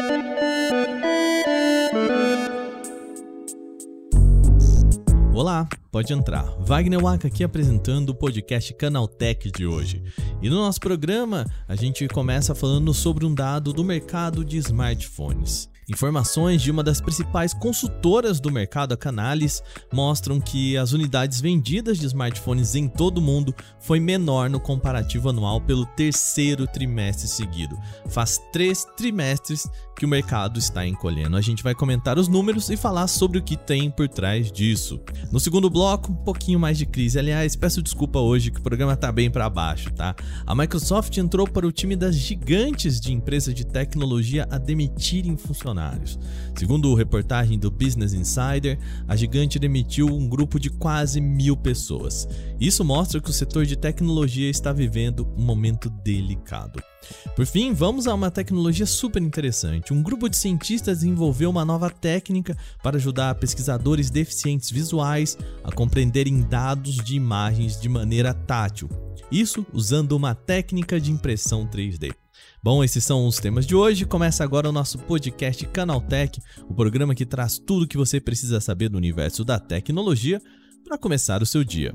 Olá, pode entrar. Wagner Waka aqui apresentando o podcast Canaltech de hoje. E no nosso programa, a gente começa falando sobre um dado do mercado de smartphones. Informações de uma das principais consultoras do mercado, a Canalys, mostram que as unidades vendidas de smartphones em todo o mundo foi menor no comparativo anual pelo terceiro trimestre seguido. Faz 3 trimestres que o mercado está encolhendo. A gente vai comentar os números e falar sobre o que tem por trás disso. No segundo bloco, um pouquinho mais de crise. Aliás, peço desculpa hoje que o programa está bem para baixo, tá? A Microsoft entrou para o time das gigantes de empresas de tecnologia a demitirem funcionários. Segundo reportagem do Business Insider, a gigante demitiu um grupo de quase 1.000 pessoas. Isso mostra que o setor de tecnologia está vivendo um momento delicado. Por fim, vamos a uma tecnologia super interessante. Um grupo de cientistas desenvolveu uma nova técnica para ajudar pesquisadores deficientes visuais a compreenderem dados de imagens de maneira tátil. Isso usando uma técnica de impressão 3D. Bom, esses são os temas de hoje. Começa agora o nosso podcast Canaltech, o programa que traz tudo o que você precisa saber do universo da tecnologia para começar o seu dia.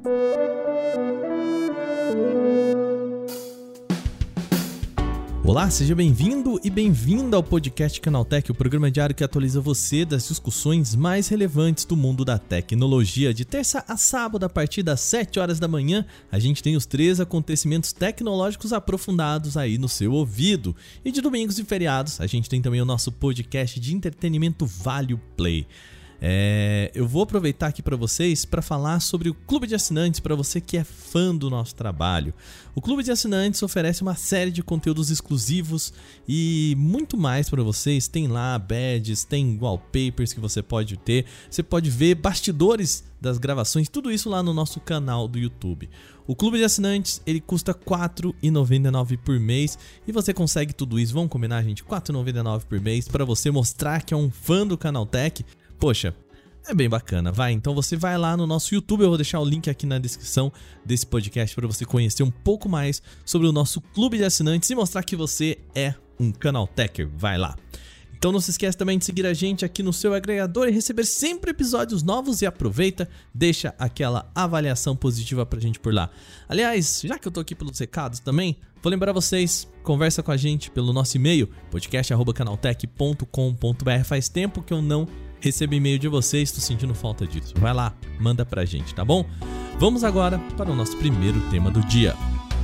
Olá, seja bem-vindo e bem-vinda ao podcast Canaltech, o programa diário que atualiza você das discussões mais relevantes do mundo da tecnologia. De terça a sábado, a partir das 7 horas da manhã, a gente tem os 3 acontecimentos tecnológicos aprofundados aí no seu ouvido. E de domingos e feriados, a gente tem também o nosso podcast de entretenimento Vale o Play. Eu vou aproveitar aqui para vocês para falar sobre o Clube de Assinantes para você que é fã do nosso trabalho. O Clube de Assinantes oferece uma série de conteúdos exclusivos e muito mais para vocês. Tem lá badges, tem wallpapers que você pode ter, você pode ver bastidores das gravações, tudo isso lá no nosso canal do YouTube. O Clube de Assinantes, ele custa R$ 4,99 por mês e você consegue tudo isso. Vamos combinar, gente? R$ 4,99 por mês para você mostrar que é um fã do Canaltech. Poxa, é bem bacana, vai. Então você vai lá no nosso YouTube, eu vou deixar o link aqui na descrição desse podcast para você conhecer um pouco mais sobre o nosso Clube de Assinantes e mostrar que você é um Canaltecher. Vai lá. Então não se esquece também de seguir a gente aqui no seu agregador e receber sempre episódios novos e aproveita, deixa aquela avaliação positiva pra gente por lá. Aliás, já que eu tô aqui pelos recados também, vou lembrar vocês, conversa com a gente pelo nosso e-mail, podcast@canaltech.com.br. Faz tempo que eu não recebo e-mail de vocês, tô sentindo falta disso. Vai lá, manda pra gente, tá bom? Vamos agora para o nosso primeiro tema do dia.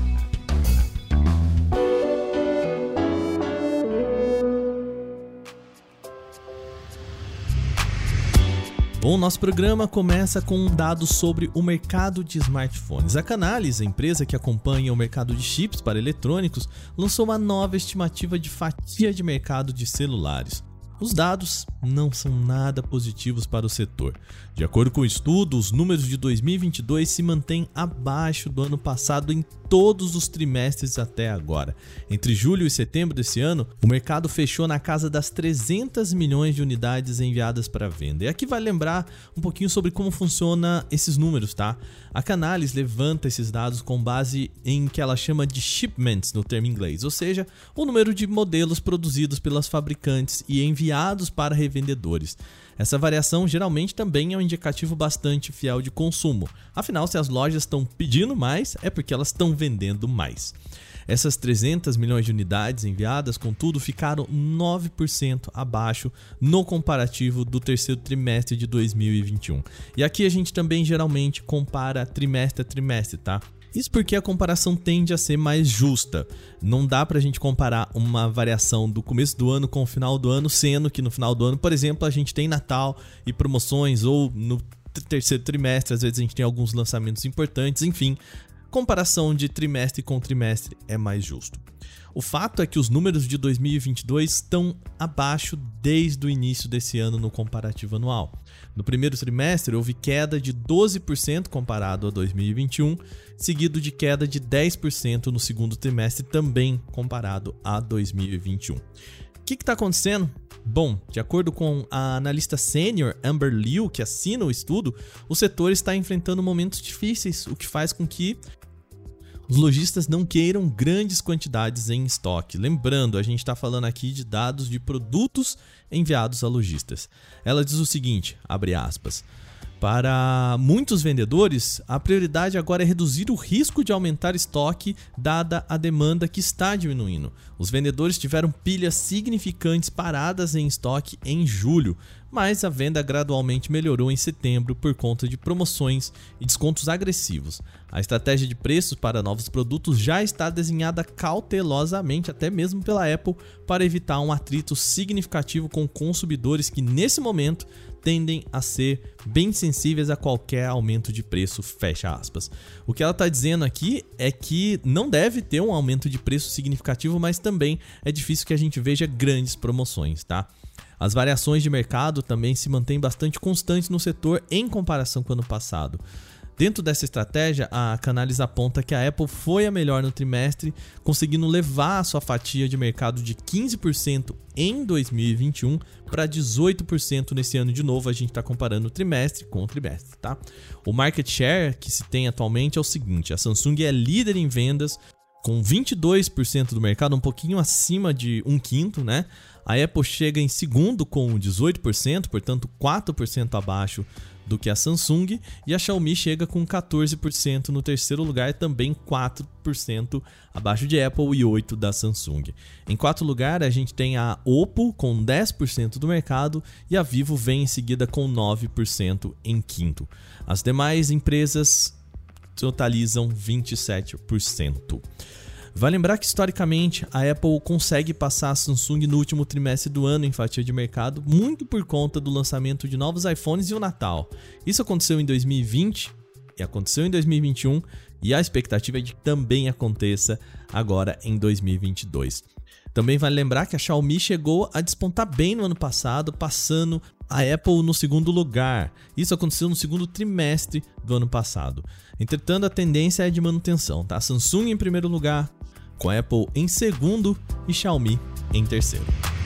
Bom, nosso programa começa com um dado sobre o mercado de smartphones. A Canalys, a empresa que acompanha o mercado de chips para eletrônicos, lançou uma nova estimativa de fatia de mercado de celulares. Os dados não são nada positivos para o setor. De acordo com o estudo, os números de 2022 se mantêm abaixo do ano passado em todos os trimestres até agora. Entre julho e setembro desse ano, o mercado fechou na casa das 300 milhões de unidades enviadas para venda. E aqui vai lembrar um pouquinho sobre como funciona esses números, tá? A Canalys levanta esses dados com base em que ela chama de shipments no termo inglês, ou seja, o número de modelos produzidos pelas fabricantes e enviados para revendedores. Essa variação geralmente também é um indicativo bastante fiel de consumo. Afinal, se as lojas estão pedindo mais, é porque elas estão vendendo mais. Essas 300 milhões de unidades enviadas, contudo, ficaram 9% abaixo no comparativo do terceiro trimestre de 2021. E aqui a gente também geralmente compara trimestre a trimestre, tá? Isso porque a comparação tende a ser mais justa. Não dá pra gente comparar uma variação do começo do ano com o final do ano, sendo que no final do ano, por exemplo, a gente tem Natal e promoções, ou no terceiro trimestre, às vezes a gente tem alguns lançamentos importantes, enfim. Comparação de trimestre com trimestre é mais justo. O fato é que os números de 2022 estão abaixo desde o início desse ano no comparativo anual. No primeiro trimestre houve queda de 12% comparado a 2021, seguido de queda de 10% no segundo trimestre também comparado a 2021. O que está acontecendo? Bom, de acordo com a analista sênior Amber Liu, que assina o estudo, o setor está enfrentando momentos difíceis, o que faz com que os lojistas não queiram grandes quantidades em estoque. Lembrando, a gente está falando aqui de dados de produtos enviados a lojistas. Ela diz o seguinte, abre aspas, para muitos vendedores, a prioridade agora é reduzir o risco de aumentar estoque dada a demanda que está diminuindo. Os vendedores tiveram pilhas significantes paradas em estoque em julho, mas a venda gradualmente melhorou em setembro por conta de promoções e descontos agressivos. A estratégia de preços para novos produtos já está desenhada cautelosamente, até mesmo pela Apple, para evitar um atrito significativo com consumidores que, nesse momento, tendem a ser bem sensíveis a qualquer aumento de preço, fecha aspas. O que ela está dizendo aqui é que não deve ter um aumento de preço significativo, mas também é difícil que a gente veja grandes promoções, tá? As variações de mercado também se mantêm bastante constantes no setor em comparação com o ano passado. Dentro dessa estratégia, a Canalys aponta que a Apple foi a melhor no trimestre, conseguindo levar a sua fatia de mercado de 15% em 2021 para 18% nesse ano de novo. A gente está comparando trimestre com trimestre, tá? O market share que se tem atualmente é o seguinte, a Samsung é líder em vendas com 22% do mercado, um pouquinho acima de 1/5, né? A Apple chega em segundo com 18%, portanto 4% abaixo do que a Samsung, e a Xiaomi chega com 14% no terceiro lugar, também 4% abaixo de Apple e 8% da Samsung. Em quarto lugar, a gente tem a Oppo com 10% do mercado e a Vivo vem em seguida com 9% em quinto. As demais empresas totalizam 27%. Vale lembrar que, historicamente, a Apple consegue passar a Samsung no último trimestre do ano em fatia de mercado, muito por conta do lançamento de novos iPhones e o Natal. Isso aconteceu em 2020 e aconteceu em 2021, e a expectativa é de que também aconteça agora em 2022. Também vale lembrar que a Xiaomi chegou a despontar bem no ano passado, passando a Apple no segundo lugar. Isso aconteceu no segundo trimestre do ano passado. Entretanto, a tendência é de manutenção, tá? Samsung em primeiro lugar, com a Apple em segundo e Xiaomi em terceiro.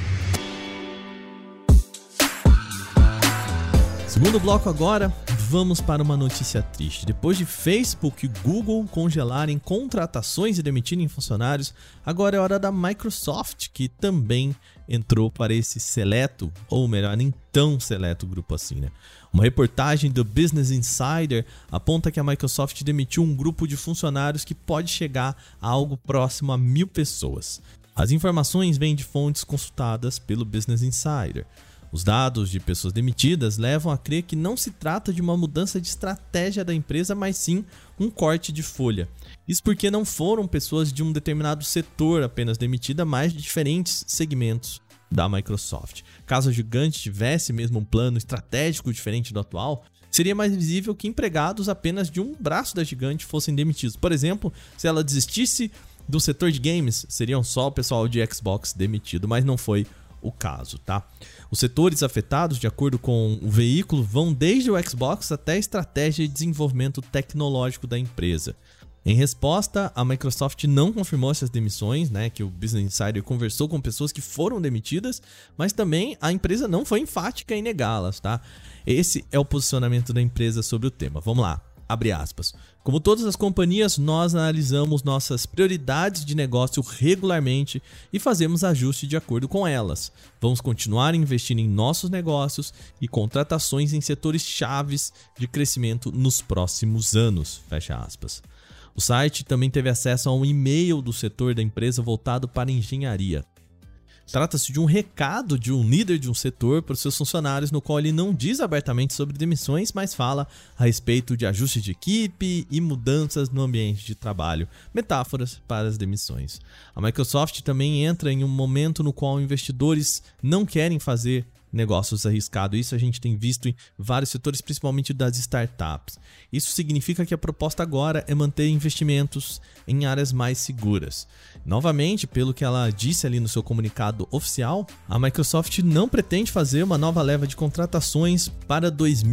Segundo bloco agora, vamos para uma notícia triste. Depois de Facebook e Google congelarem contratações e demitirem funcionários, agora é hora da Microsoft, que também entrou para esse seleto, ou melhor, nem tão seleto grupo assim, né? Uma reportagem do Business Insider aponta que a Microsoft demitiu um grupo de funcionários que pode chegar a algo próximo a 1.000 pessoas. As informações vêm de fontes consultadas pelo Business Insider. Os dados de pessoas demitidas levam a crer que não se trata de uma mudança de estratégia da empresa, mas sim um corte de folha. Isso porque não foram pessoas de um determinado setor apenas demitidas, mas de diferentes segmentos da Microsoft. Caso a gigante tivesse mesmo um plano estratégico diferente do atual, seria mais visível que empregados apenas de um braço da gigante fossem demitidos. Por exemplo, se ela desistisse do setor de games, seriam só o pessoal de Xbox demitido, mas não foi o caso, tá? Os setores afetados, de acordo com o veículo, vão desde o Xbox até a estratégia de desenvolvimento tecnológico da empresa. Em resposta, a Microsoft não confirmou essas demissões, né, que o Business Insider conversou com pessoas que foram demitidas, mas também a empresa não foi enfática em negá-las, tá? Esse é o posicionamento da empresa sobre o tema. Vamos lá. Abre aspas. Como todas as companhias, nós analisamos nossas prioridades de negócio regularmente e fazemos ajustes de acordo com elas. Vamos continuar investindo em nossos negócios e contratações em setores chaves de crescimento nos próximos anos. Fecha aspas. O site também teve acesso a um e-mail do setor da empresa voltado para engenharia. Trata-se de um recado de um líder de um setor para os seus funcionários, no qual ele não diz abertamente sobre demissões, mas fala a respeito de ajustes de equipe e mudanças no ambiente de trabalho, metáforas para as demissões. A Microsoft também entra em um momento no qual investidores não querem fazer negócios arriscados. Isso a gente tem visto em vários setores, principalmente das startups. Isso significa que a proposta agora é manter investimentos em áreas mais seguras. Novamente, pelo que ela disse ali no seu comunicado oficial, a Microsoft não pretende fazer uma nova leva de contratações para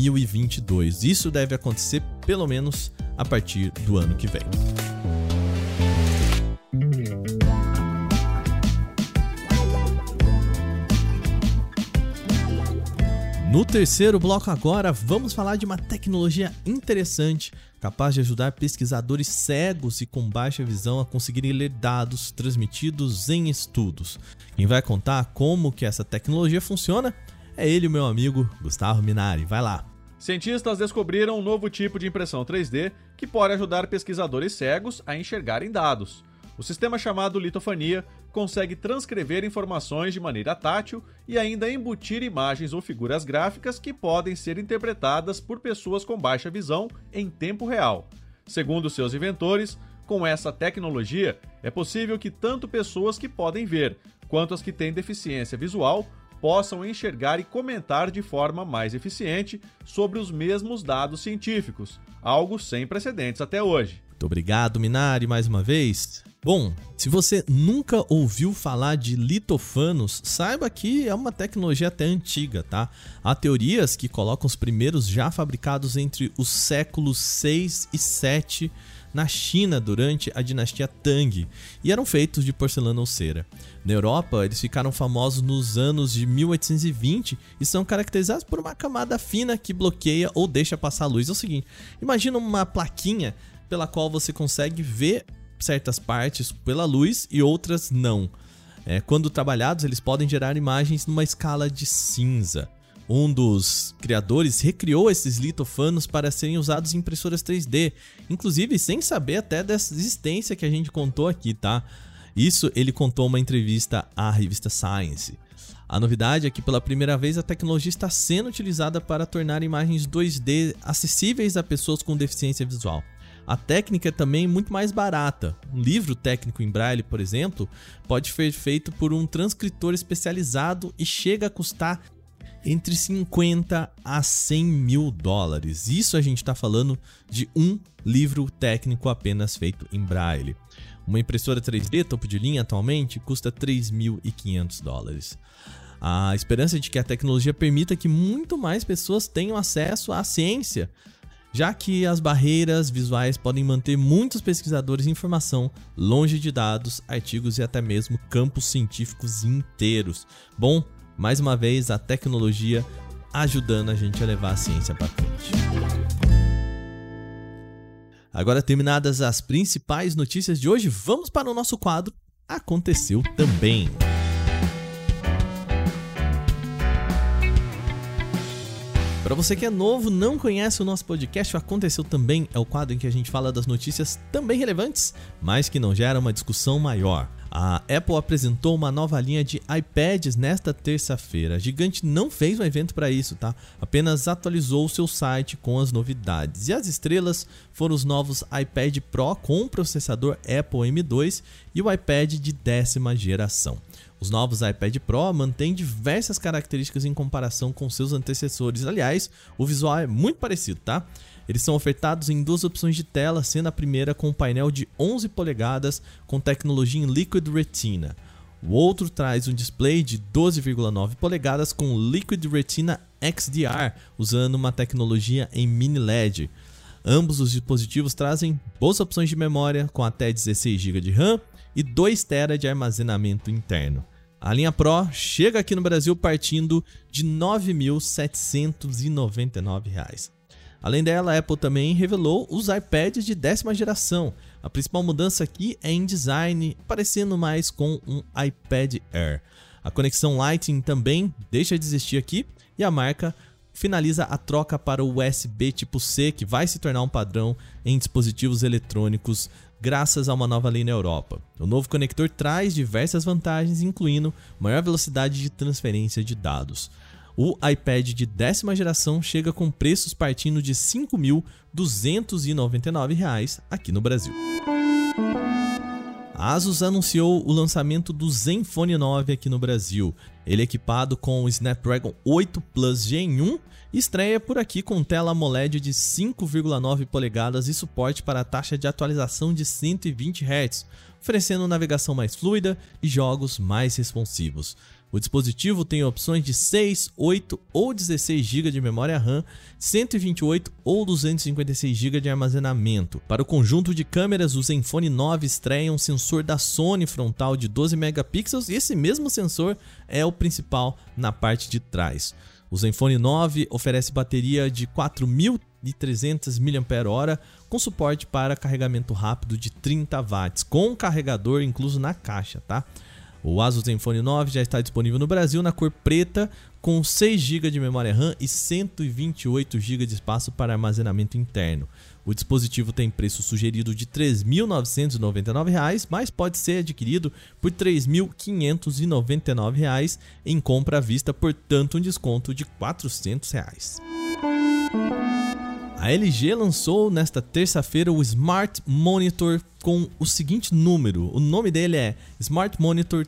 2022. Isso deve acontecer pelo menos a partir do ano que vem. No terceiro bloco agora, vamos falar de uma tecnologia interessante, capaz de ajudar pesquisadores cegos e com baixa visão a conseguirem ler dados transmitidos em estudos. Quem vai contar como que essa tecnologia funciona é ele, o meu amigo Gustavo Minari. Vai lá! Cientistas descobriram um novo tipo de impressão 3D que pode ajudar pesquisadores cegos a enxergarem dados. O sistema chamado litofania consegue transcrever informações de maneira tátil e ainda embutir imagens ou figuras gráficas que podem ser interpretadas por pessoas com baixa visão em tempo real. Segundo seus inventores, com essa tecnologia, é possível que tanto pessoas que podem ver, quanto as que têm deficiência visual, possam enxergar e comentar de forma mais eficiente sobre os mesmos dados científicos, algo sem precedentes até hoje. Muito obrigado, Minari, mais uma vez. Bom, se você nunca ouviu falar de litofanos, saiba que é uma tecnologia até antiga, tá? Há teorias que colocam os primeiros já fabricados entre os séculos 6 e 7 na China durante a dinastia Tang e eram feitos de porcelana ou cera. Na Europa, eles ficaram famosos nos anos de 1820 e são caracterizados por uma camada fina que bloqueia ou deixa passar a luz. É o seguinte, imagina uma plaquinha pela qual você consegue ver certas partes pela luz e outras não. Quando trabalhados, eles podem gerar imagens numa escala de cinza. Um dos criadores recriou esses litofanos para serem usados em impressoras 3D, inclusive sem saber até dessa existência que a gente contou aqui, tá? Isso ele contou em uma entrevista à revista Science. A novidade é que pela primeira vez a tecnologia está sendo utilizada para tornar imagens 2D acessíveis a pessoas com deficiência visual. A técnica é também muito mais barata. Um livro técnico em braille, por exemplo, pode ser feito por um transcritor especializado e chega a custar entre 50 a 100 mil dólares. Isso a gente está falando de um livro técnico apenas feito em braille. Uma impressora 3D topo de linha atualmente custa 3.500 dólares. A esperança é de que a tecnologia permita que muito mais pessoas tenham acesso à ciência, já que as barreiras visuais podem manter muitos pesquisadores em informação longe de dados, artigos e até mesmo campos científicos inteiros. Bom, mais uma vez a tecnologia ajudando a gente a levar a ciência para frente. Agora, terminadas as principais notícias de hoje, vamos para o nosso quadro Aconteceu Também. Para você que é novo, não conhece o nosso podcast, o Aconteceu Também é o quadro em que a gente fala das notícias também relevantes, mas que não geram uma discussão maior. A Apple apresentou uma nova linha de iPads nesta terça-feira. A gigante não fez um evento para isso, tá? Apenas atualizou o seu site com as novidades. E as estrelas foram os novos iPad Pro com processador Apple M2 e o iPad de 10ª geração. Os novos iPad Pro mantêm diversas características em comparação com seus antecessores. Aliás, o visual é muito parecido, tá? Eles são ofertados em duas opções de tela, sendo a primeira com um painel de 11 polegadas com tecnologia em Liquid Retina. O outro traz um display de 12,9 polegadas com Liquid Retina XDR, usando uma tecnologia em mini LED. Ambos os dispositivos trazem boas opções de memória, com até 16 GB de RAM e 2 TB de armazenamento interno. A linha Pro chega aqui no Brasil partindo de R$ 9.799. Além dela, a Apple também revelou os iPads de 10ª geração. A principal mudança aqui é em design, parecendo mais com um iPad Air. A conexão Lightning também deixa de existir aqui e a marca finaliza a troca para o USB tipo C, que vai se tornar um padrão em dispositivos eletrônicos graças a uma nova lei na Europa. O novo conector traz diversas vantagens, incluindo maior velocidade de transferência de dados. O iPad de 10ª geração chega com preços partindo de R$ 5.299 aqui no Brasil. A Asus anunciou o lançamento do Zenfone 9 aqui no Brasil. Ele é equipado com o Snapdragon 8 Plus Gen 1 e estreia por aqui com tela AMOLED de 5,9 polegadas e suporte para a taxa de atualização de 120 Hz, oferecendo navegação mais fluida e jogos mais responsivos. O dispositivo tem opções de 6, 8 ou 16 GB de memória RAM, 128 ou 256 GB de armazenamento. Para o conjunto de câmeras, o Zenfone 9 estreia um sensor da Sony frontal de 12 megapixels e esse mesmo sensor é o principal na parte de trás. O Zenfone 9 oferece bateria de 4.300 mAh com suporte para carregamento rápido de 30 watts, com carregador incluso na caixa, tá? O Asus Zenfone 9 já está disponível no Brasil na cor preta, com 6 GB de memória RAM e 128 GB de espaço para armazenamento interno. O dispositivo tem preço sugerido de R$ 3.999, mas pode ser adquirido por R$ 3.599 em compra à vista, portanto um desconto de R$ 400. A LG lançou nesta terça-feira o Smart Monitor com o seguinte número. O nome dele é Smart Monitor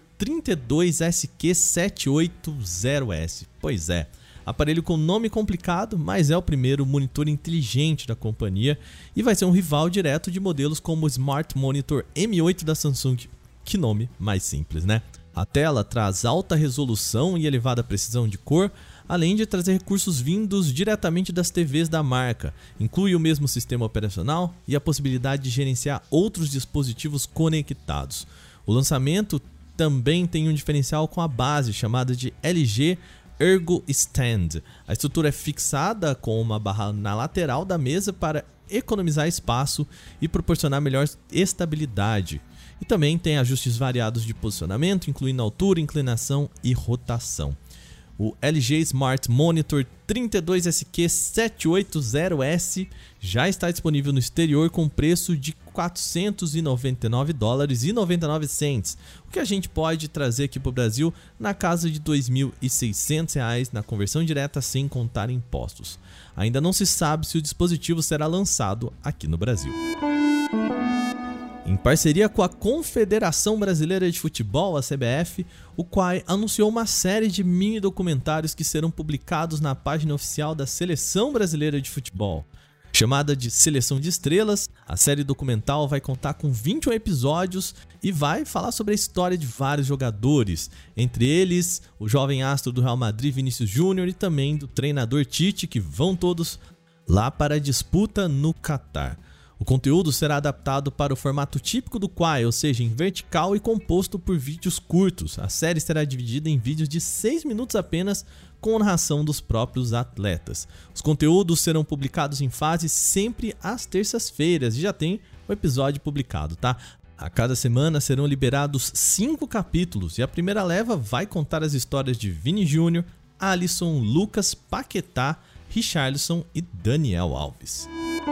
32SQ780S. Pois é, aparelho com nome complicado, mas é o primeiro monitor inteligente da companhia e vai ser um rival direto de modelos como o Smart Monitor M8 da Samsung. Que nome mais simples, né? A tela traz alta resolução e elevada precisão de cor, além de trazer recursos vindos diretamente das TVs da marca. Inclui o mesmo sistema operacional e a possibilidade de gerenciar outros dispositivos conectados. O lançamento também tem um diferencial com a base, chamada de LG Ergo Stand. A estrutura é fixada com uma barra na lateral da mesa para economizar espaço e proporcionar melhor estabilidade. E também tem ajustes variados de posicionamento, incluindo altura, inclinação e rotação. O LG Smart Monitor 32SQ780S já está disponível no exterior com preço de $499,99, o que a gente pode trazer aqui para o Brasil na casa de R$ 2.600 na conversão direta sem contar impostos. Ainda não se sabe se o dispositivo será lançado aqui no Brasil. Em parceria com a Confederação Brasileira de Futebol, a CBF, o Quai anunciou uma série de mini documentários que serão publicados na página oficial da Seleção Brasileira de Futebol. Chamada de Seleção de Estrelas, a série documental vai contar com 21 episódios e vai falar sobre a história de vários jogadores, entre eles o jovem astro do Real Madrid, Vinícius Júnior, e também do treinador Tite, que vão todos lá para a disputa no Catar. O conteúdo será adaptado para o formato típico do Quai, ou seja, em vertical e composto por vídeos curtos. A série será dividida em vídeos de 6 minutos apenas, com narração dos próprios atletas. Os conteúdos serão publicados em fase sempre às terças-feiras e já tem o episódio publicado, tá? A cada semana serão liberados 5 capítulos e a primeira leva vai contar as histórias de Vini Júnior, Alisson, Lucas, Paquetá, Richarlison e Daniel Alves.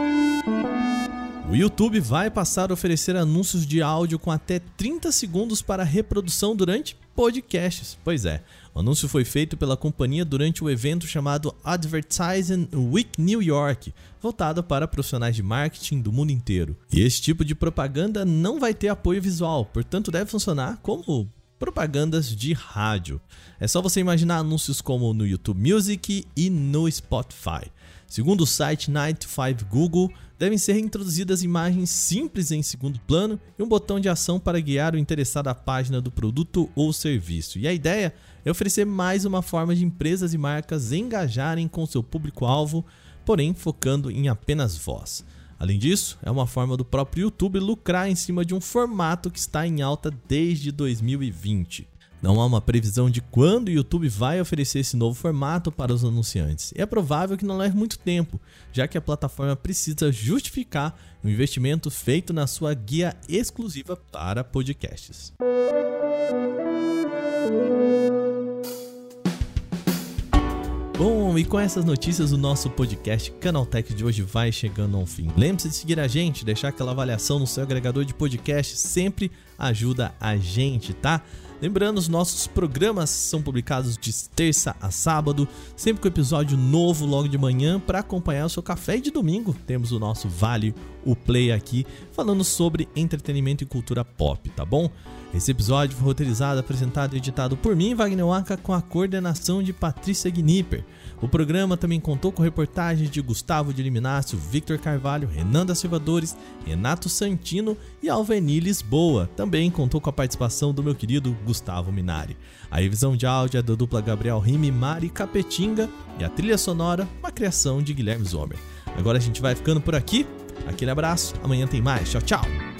O YouTube vai passar a oferecer anúncios de áudio com até 30 segundos para reprodução durante podcasts. Pois é, o anúncio foi feito pela companhia durante o evento chamado Advertising Week New York, voltado para profissionais de marketing do mundo inteiro. E esse tipo de propaganda não vai ter apoio visual, portanto deve funcionar como propagandas de rádio. É só você imaginar anúncios como no YouTube Music e no Spotify. Segundo o site 95 Google, devem ser introduzidas imagens simples em segundo plano e um botão de ação para guiar o interessado à página do produto ou serviço. E a ideia é oferecer mais uma forma de empresas e marcas engajarem com seu público-alvo, porém focando em apenas voz. Além disso, é uma forma do próprio YouTube lucrar em cima de um formato que está em alta desde 2020. Não há uma previsão de quando o YouTube vai oferecer esse novo formato para os anunciantes. E é provável que não leve muito tempo, já que a plataforma precisa justificar o investimento feito na sua guia exclusiva para podcasts. Bom, e com essas notícias o nosso podcast Canaltech de hoje vai chegando ao fim. Lembre-se de seguir a gente, deixar aquela avaliação no seu agregador de podcast, sempre ajuda a gente, tá? Lembrando, os nossos programas são publicados de terça a sábado, sempre com episódio novo logo de manhã para acompanhar o seu café. E de domingo temos o nosso Vale o Play aqui, falando sobre entretenimento e cultura pop, tá bom? Esse episódio foi roteirizado, apresentado e editado por mim, Wagner Waka, com a coordenação de Patrícia Gnipper. O programa também contou com reportagens de Gustavo de Liminácio, Victor Carvalho, Renan da Silva Dores, Renato Santino e Alveni Lisboa. Também contou com a participação do meu querido Gustavo Minari. A revisão de áudio é da dupla Gabriel Rime e Mari Capetinga e a trilha sonora, uma criação de Guilherme Zomer. Agora a gente vai ficando por aqui. Aquele abraço, amanhã tem mais. Tchau, tchau!